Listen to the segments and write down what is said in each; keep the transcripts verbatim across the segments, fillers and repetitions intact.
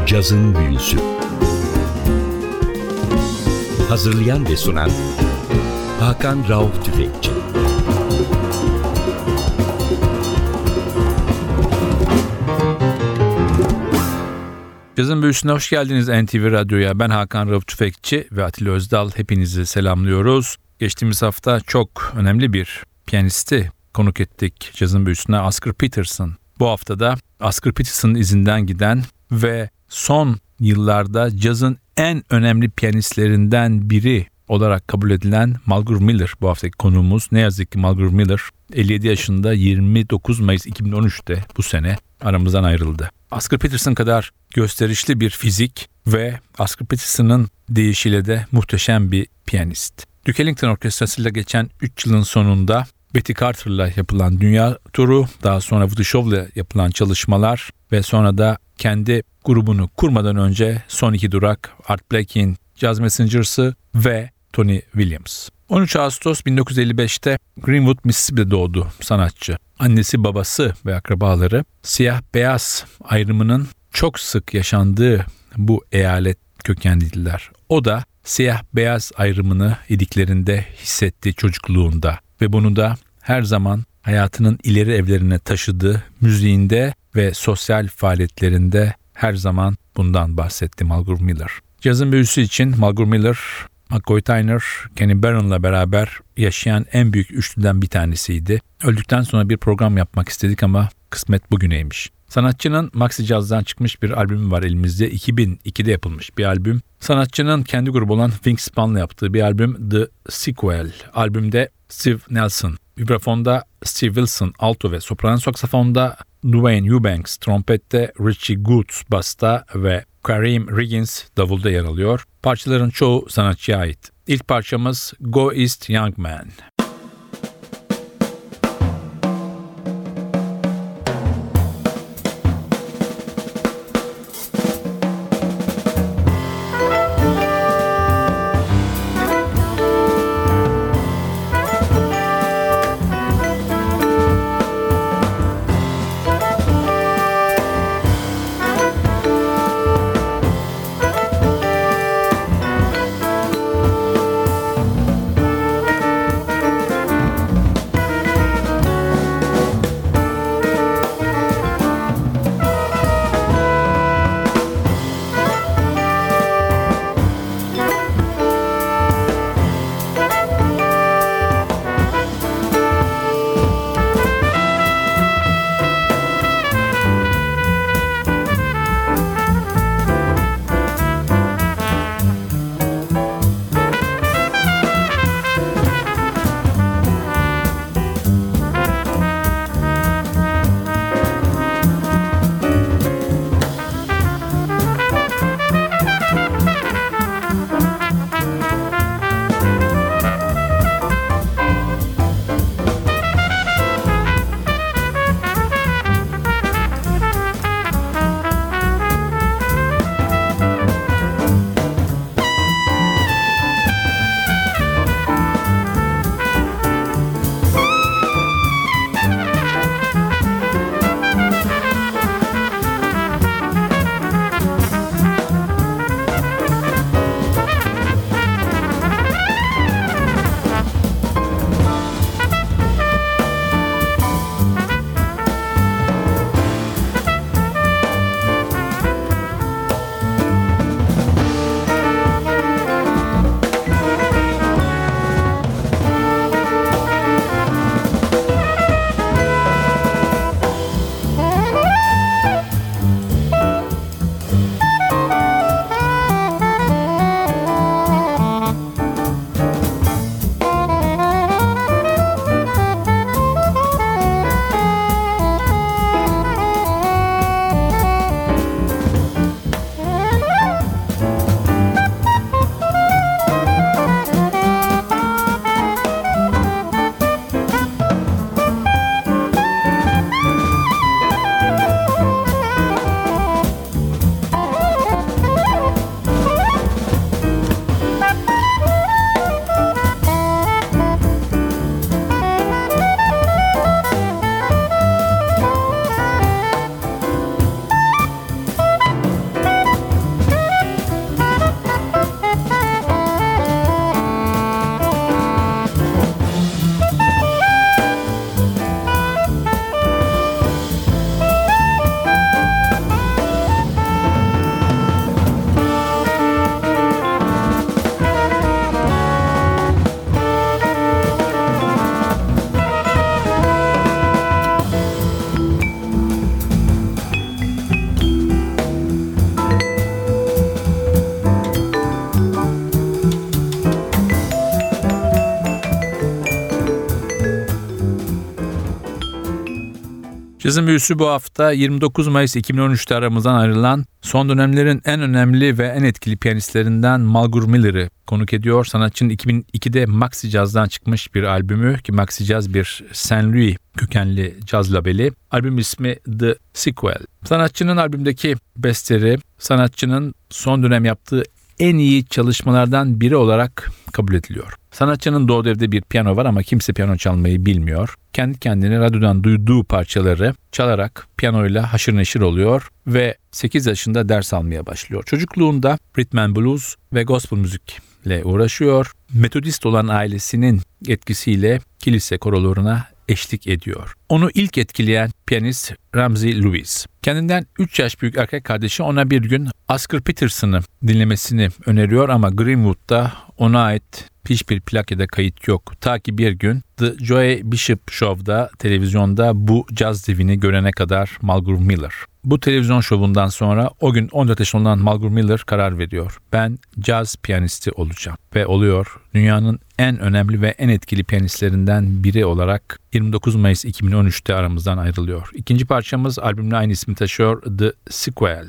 Cazın Büyüsü. Hazırlayan ve sunan Hakan Rauf Tüfekçi. Cazın Büyüsü'ne hoş geldiniz N T V Radyo'ya. Ben Hakan Rauf Tüfekçi ve Atilla Özdal. Hepinizi selamlıyoruz. Geçtiğimiz hafta çok önemli bir piyanisti konuk ettik Cazın Büyüsü'ne, Oscar Peterson. Bu hafta da Oscar Peterson'ın izinden giden ve son yıllarda cazın en önemli piyanistlerinden biri olarak kabul edilen Mulgrew Miller bu haftaki konuğumuz. Ne yazık ki Mulgrew Miller elli yedi yaşında yirmi dokuz Mayıs iki bin on üçte bu sene aramızdan ayrıldı. Oscar Peterson kadar gösterişli bir fizik ve Oscar Peterson'ın deyişiyle de muhteşem bir piyanist. Duke Ellington Orkestrası'yla geçen üç yılın sonunda Betty Carter'la yapılan dünya turu, daha sonra Woody Shaw'la yapılan çalışmalar ve sonra da kendi grubunu kurmadan önce son iki durak Art Blakey'in Jazz Messengers'ı ve Tony Williams. on üç Ağustos bin dokuz yüz elli beşte Greenwood, Mississippi'de doğdu sanatçı. Annesi, babası ve akrabaları siyah-beyaz ayrımının çok sık yaşandığı bu eyalet kökenliydiler. O da siyah-beyaz ayrımını iliklerinde hissetti çocukluğunda ve bunu da her zaman hayatının ileri evlerine taşıdığı müziğinde ve sosyal faaliyetlerinde her zaman bundan bahsetti Mulgrew Miller. Cazın büyüsü için Mulgrew Miller, McCoy Tyner, Kenny Barron'la beraber yaşayan en büyük üçlüden bir tanesiydi. Öldükten sonra bir program yapmak istedik ama kısmet bugüneymiş. Sanatçının Maxi Jazz'dan çıkmış bir albümü var elimizde. iki bin ikide yapılmış bir albüm. Sanatçının kendi grubu olan Wingspan'la yaptığı bir albüm The Sequel. Albümde Steve Nelson, vibrafonda Steve Wilson, alto ve soprano saksafonda Dwayne Eubanks, trompette Richie Goods, basta ve Kareem Riggins davulda yer alıyor. Parçaların çoğu sanatçıya ait. İlk parçamız Go East Young Man. Cazın büyüsü bu hafta yirmi dokuz Mayıs iki bin on üçte aramızdan ayrılan son dönemlerin en önemli ve en etkili piyanistlerinden Mulgrew Miller'ı konuk ediyor. Sanatçının iki bin ikide Maxi Jazz'dan çıkmış bir albümü ki Maxi Jazz bir Saint Louis kökenli caz labeli. Albüm ismi The Sequel. Sanatçının albümdeki besteleri sanatçının son dönem yaptığı en iyi çalışmalardan biri olarak kabul ediliyor. Sanatçının doğduğu evde bir piyano var ama kimse piyano çalmayı bilmiyor. Kendi kendine radyodan duyduğu parçaları çalarak piyanoyla haşır neşir oluyor ve sekiz yaşında ders almaya başlıyor. Çocukluğunda rhythm and blues ve gospel müzikle uğraşıyor. Metodist olan ailesinin etkisiyle kilise korolarına eşlik ediyor. Onu ilk etkileyen piyanist Ramsey Lewis. Kendinden üç yaş büyük erkek kardeşi ona bir gün Oscar Peterson'ı dinlemesini öneriyor ama Greenwood'da ona ait hiçbir plak ya da kayıt yok. Ta ki bir gün The Joey Bishop Show'da televizyonda bu caz devini görene kadar Mulgrew Miller. Bu televizyon şovundan sonra o gün on dört yaşında olan Mulgrew Miller karar veriyor. Ben caz piyanisti olacağım ve oluyor. Dünyanın en önemli ve en etkili piyanistlerinden biri olarak yirmi dokuz Mayıs iki bin on üçte aramızdan ayrılıyor. İkinci parçamız albümle aynı ismi taşıyor, The Sequel.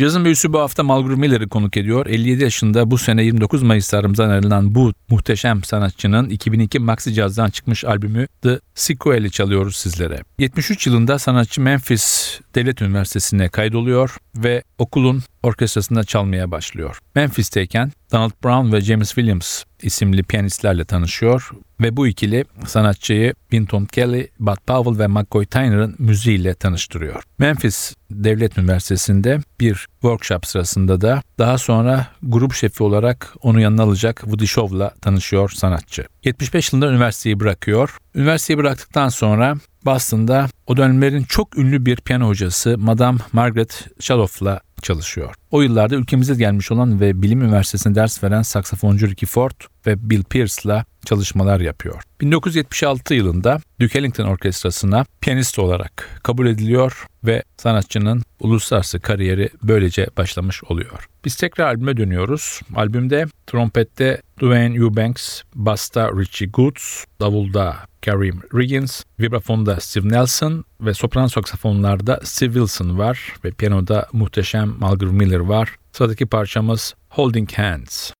Cazın büyüsü bu hafta Mulgrew Miller'ı konuk ediyor. elli yedi yaşında bu sene yirmi dokuz Mayıs'ta aramızdan ayrılan bu muhteşem sanatçının iki bin iki Maxi Jazz'dan çıkmış albümü The Sequel'i çalıyoruz sizlere. yetmiş üç yılında sanatçı Memphis Devlet Üniversitesi'ne kaydoluyor ve okulun orkestrasında çalmaya başlıyor. Memphis'teyken Donald Brown ve James Williams isimli piyanistlerle tanışıyor ve bu ikili sanatçıyı Wynton Kelly, Bud Powell ve McCoy Tyner'ın müziğiyle tanıştırıyor. Memphis Devlet Üniversitesi'nde bir workshop sırasında da daha sonra grup şefi olarak onu yanına alacak Woody Shaw'la tanışıyor sanatçı. yetmiş beş yılında üniversiteyi bırakıyor. Üniversiteyi bıraktıktan sonra Boston'da o dönemlerin çok ünlü bir piyano hocası Madame Margaret Chaloff'la çalışıyor. O yıllarda ülkemize gelmiş olan ve Bilim Üniversitesi'nde ders veren saksafoncu Ricky Ford ve Bill Pierce'la çalışmalar yapıyor. bin dokuz yüz yetmiş altı yılında Duke Ellington Orkestrası'na piyanist olarak kabul ediliyor ve sanatçının uluslararası kariyeri böylece başlamış oluyor. Biz tekrar albüme dönüyoruz. Albümde trompette Dwayne Eubanks, basta Richie Goods, davulda Kareem Riggins, vibrafonda Steve Nelson ve sopran saksafonlarda Steve Wilson var ve piyanoda muhteşem Mulgrew Miller var. Sıradaki parçamız Holding Hands.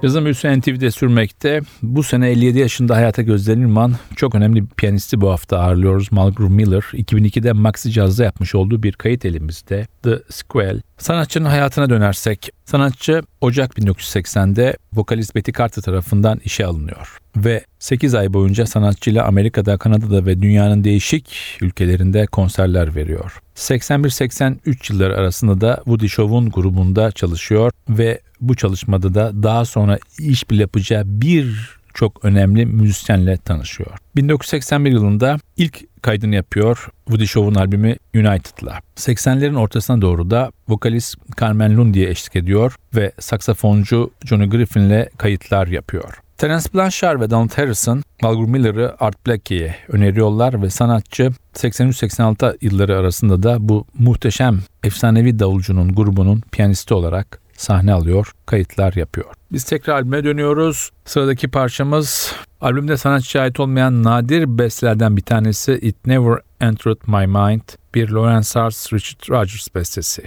Cazın büyüsü N T V'de sürmekte. Bu sene elli yedi yaşında hayata gözlerini yuman çok önemli bir piyanisti bu hafta ağırlıyoruz. Mulgrew Miller. iki bin ikide Maxi Jazz'da yapmış olduğu bir kayıt elimizde. The Squell. Sanatçının hayatına dönersek, sanatçı Ocak bin dokuz yüz seksende vokalist Betty Carter tarafından işe alınıyor. Ve sekiz ay boyunca sanatçıyla Amerika'da, Kanada'da ve dünyanın değişik ülkelerinde konserler veriyor. seksen bir seksen üç yılları arasında da Woody Show'un grubunda çalışıyor ve bu çalışmada da daha sonra iş bile yapacağı bir çok önemli müzisyenle tanışıyor. bin dokuz yüz seksen bir yılında ilk kaydını yapıyor Woody Show'un albümü United'la. seksenlerin ortasına doğru da vokalist Carmen Lundy'ye eşlik ediyor ve saksafoncu Johnny Griffin'le kayıtlar yapıyor. Terence Blanchard ve Donald Harrison, Mulgrew Miller'ı Art Blakey'e öneriyorlar ve sanatçı seksen üç seksen altı yılları arasında da bu muhteşem efsanevi davulcunun grubunun piyanisti olarak sahne alıyor, kayıtlar yapıyor. Biz tekrar albüme dönüyoruz. Sıradaki parçamız albümde sanatçıya ait olmayan nadir bestelerden bir tanesi It Never Entered My Mind, bir Lawrence Ars Richard Rodgers bestesi.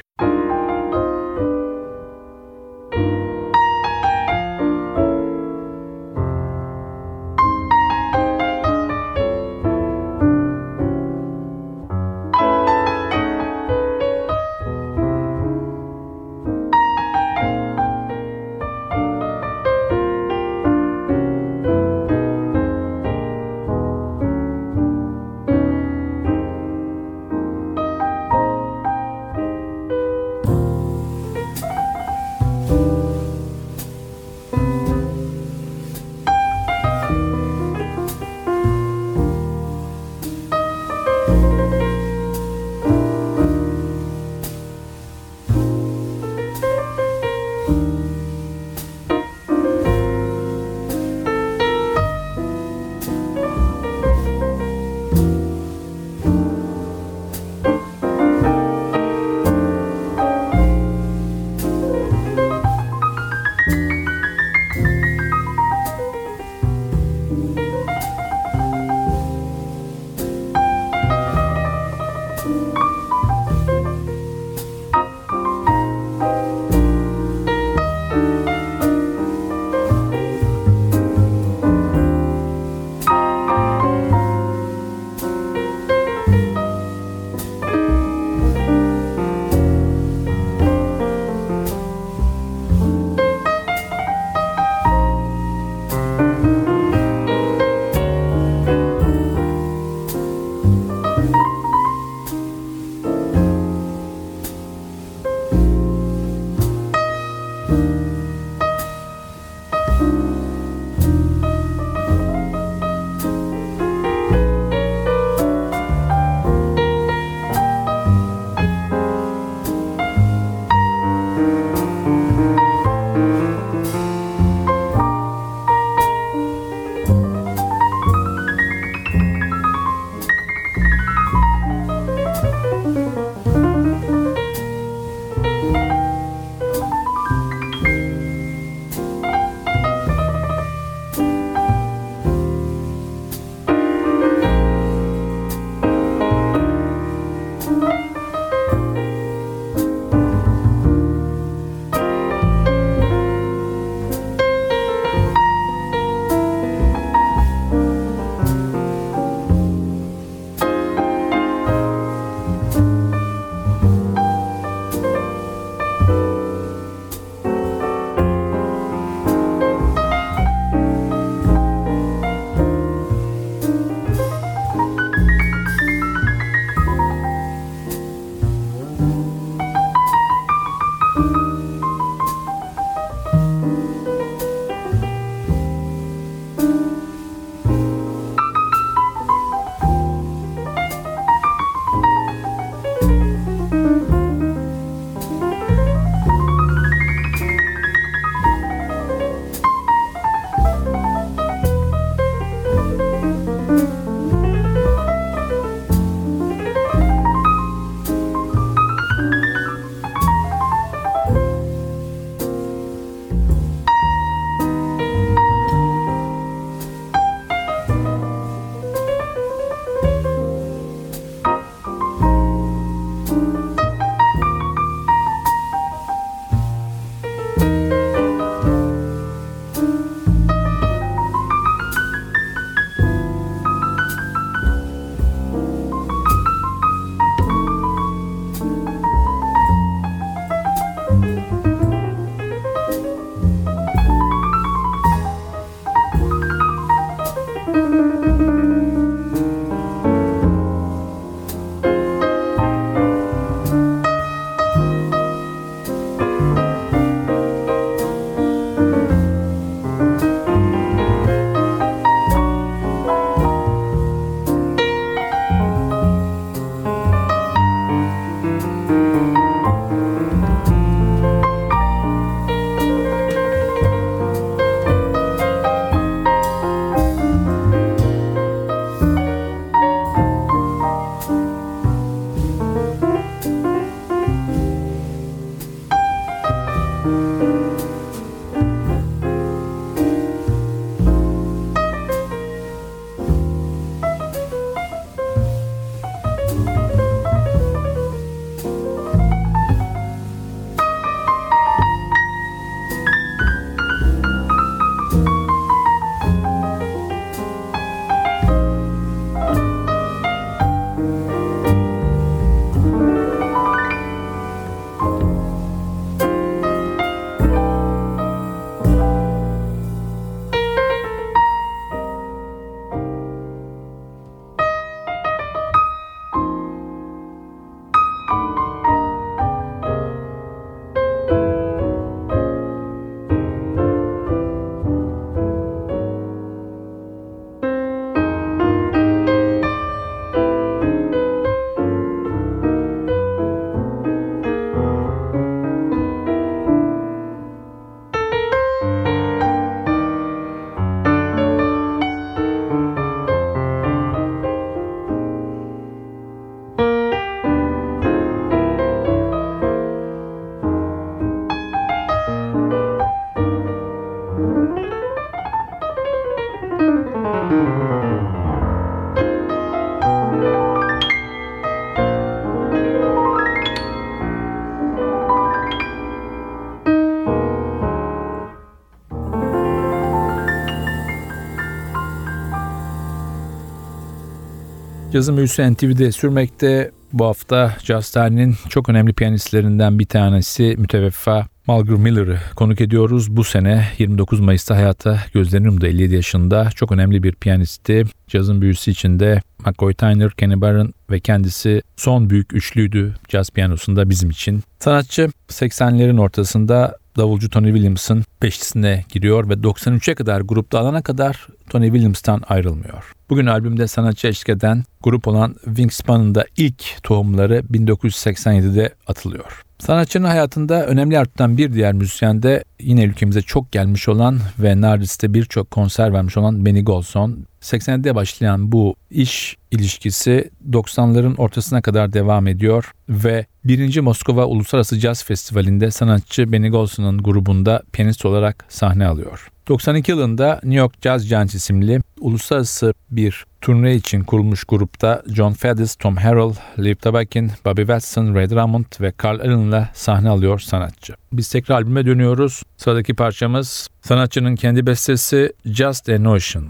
Cazın büyüsü N T V'de sürmekte. Bu hafta caz tarihinin çok önemli piyanistlerinden bir tanesi müteveffa Mulgrew Miller'ı konuk ediyoruz. Bu sene yirmi dokuz Mayıs'ta hayata gözlerini yumdu, elli yedi yaşında. Çok önemli bir piyanisti. Cazın büyüsü içinde McCoy Tyner, Kenny Barron ve kendisi son büyük üçlüydü caz piyanosunda bizim için. Sanatçı seksenlerin ortasında davulcu Tony Williams'ın peşlisine giriyor ve doksan üçe kadar grupta alana kadar Tony Williams'tan ayrılmıyor. Bugün albümde sanatçı eşlik eden grup olan Wingspan'ın da ilk tohumları bin dokuz yüz seksen yedide atılıyor. Sanatçının hayatında önemli artan bir diğer müzisyen de yine ülkemize çok gelmiş olan ve Nardis'te birçok konser vermiş olan Benny Golson. seksenlerde başlayan bu iş ilişkisi doksanların ortasına kadar devam ediyor ve birinci Moskova Uluslararası Caz Festivali'nde sanatçı Benny Golson'un grubunda piyanist olarak sahne alıyor. doksan iki yılında New York Jazz Giants isimli uluslararası bir turne için kurulmuş grupta John Faddis, Tom Harrell, Lew Tabakin, Bobby Watson, Ray Drummond ve Carl Allen'la sahne alıyor sanatçı. Biz tekrar albüme dönüyoruz. Sıradaki parçamız sanatçının kendi bestesi Just a Notion.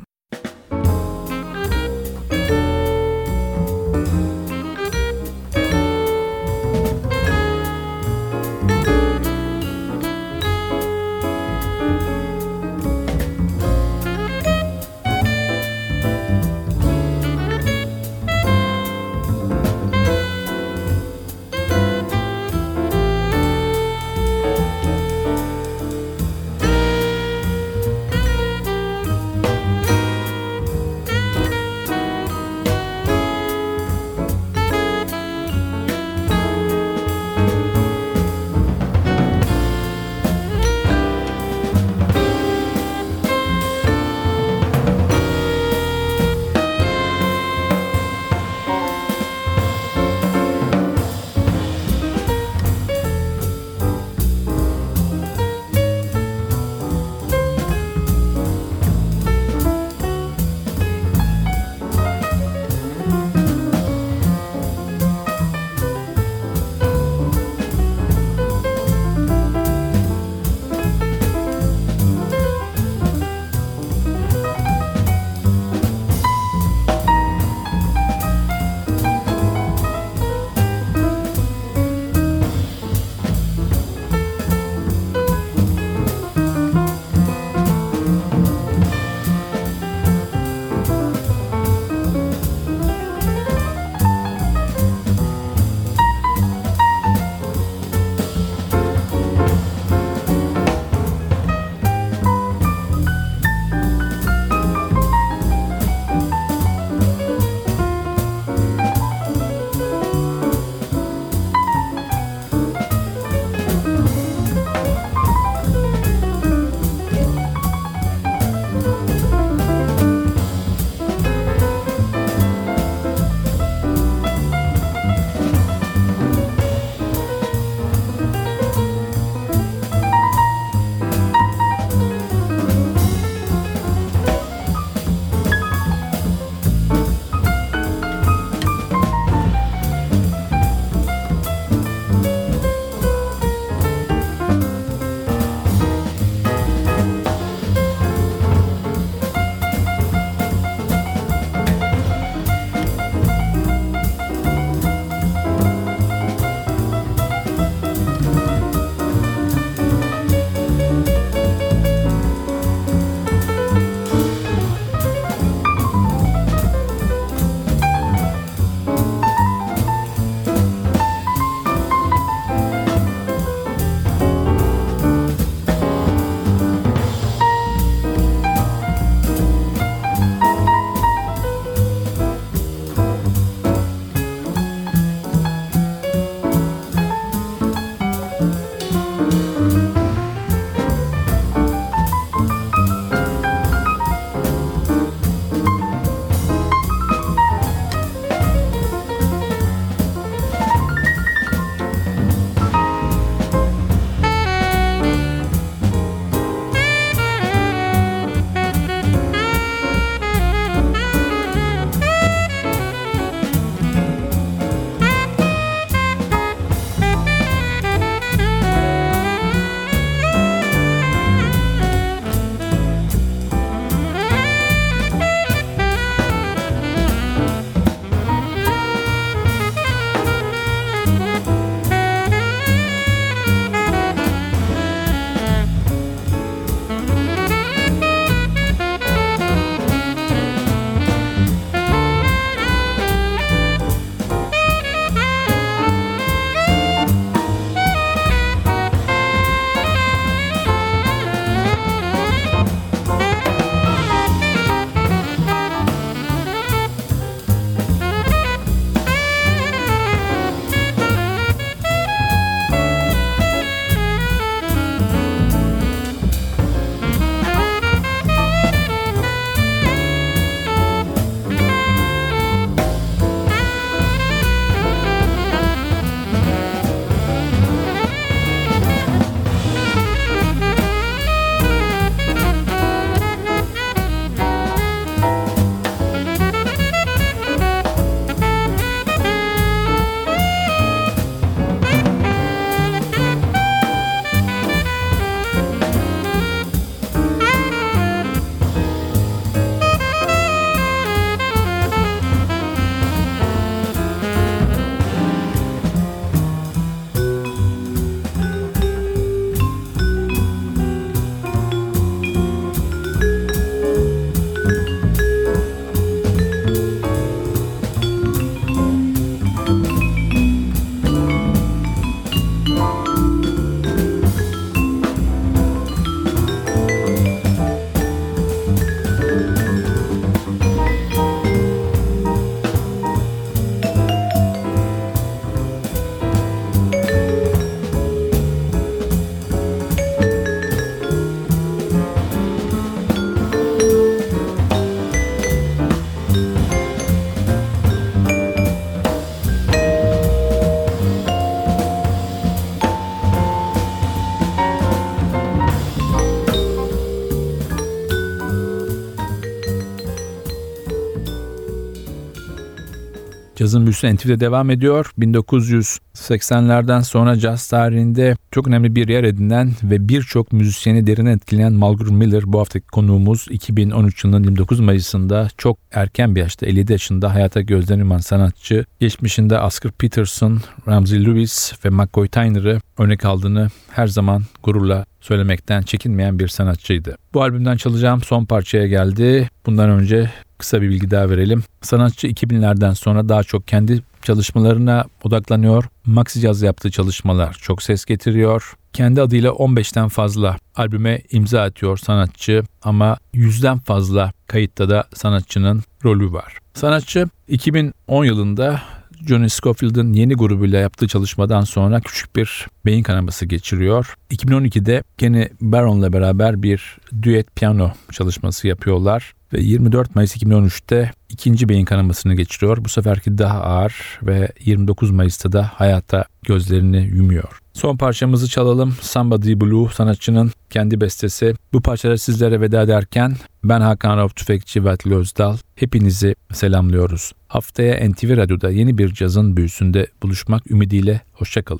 Cazın büyüsü N T V'de devam ediyor. bin dokuz yüz seksenlerden sonra caz tarihinde çok önemli bir yer edinen ve birçok müzisyeni derine etkileyen Malcolm Miller bu haftaki konuğumuz. iki bin on üç yılının yirmi dokuz Mayıs'ında çok erken bir yaşta elli yedi yaşında hayata gözden yuman sanatçı. Geçmişinde Oscar Peterson, Ramsey Lewis ve McCoy Tyner'ı örnek aldığını her zaman gururla söylemekten çekinmeyen bir sanatçıydı. Bu albümden çalacağım son parçaya geldi. Bundan önce kısa bir bilgi daha verelim. Sanatçı iki binlerden sonra daha çok kendi çalışmalarına odaklanıyor. Maxi caz yaptığı çalışmalar çok ses getiriyor. Kendi adıyla on beşten fazla albüme imza atıyor sanatçı ama yüzden fazla kayıtta da sanatçının rolü var. Sanatçı iki bin on yılında Johnny Scofield'ın yeni grubuyla yaptığı çalışmadan sonra küçük bir beyin kanaması geçiriyor. iki bin on ikide Kenny Barron'la beraber bir düet piyano çalışması yapıyorlar ve yirmi dört Mayıs iki bin on üçte ikinci beyin kanamasını geçiriyor. Bu seferki daha ağır ve yirmi dokuz Mayıs'ta da hayata gözlerini yumuyor. Son parçamızı çalalım. Somebody Blue sanatçının kendi bestesi. Bu parçada sizlere veda ederken ben Hakan Rauf Tüfekçi ve Atilla Özdal. Hepinizi selamlıyoruz. Haftaya N T V Radyo'da yeni bir cazın büyüsünde buluşmak ümidiyle. Hoşçakalın.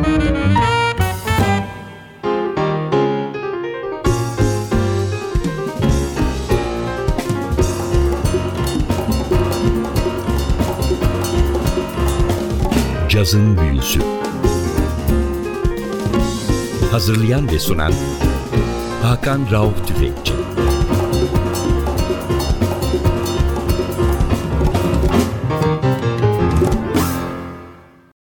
Cazın Büyüsü. Hazırlayan ve sunan Hakan Rauf Tüfekçi.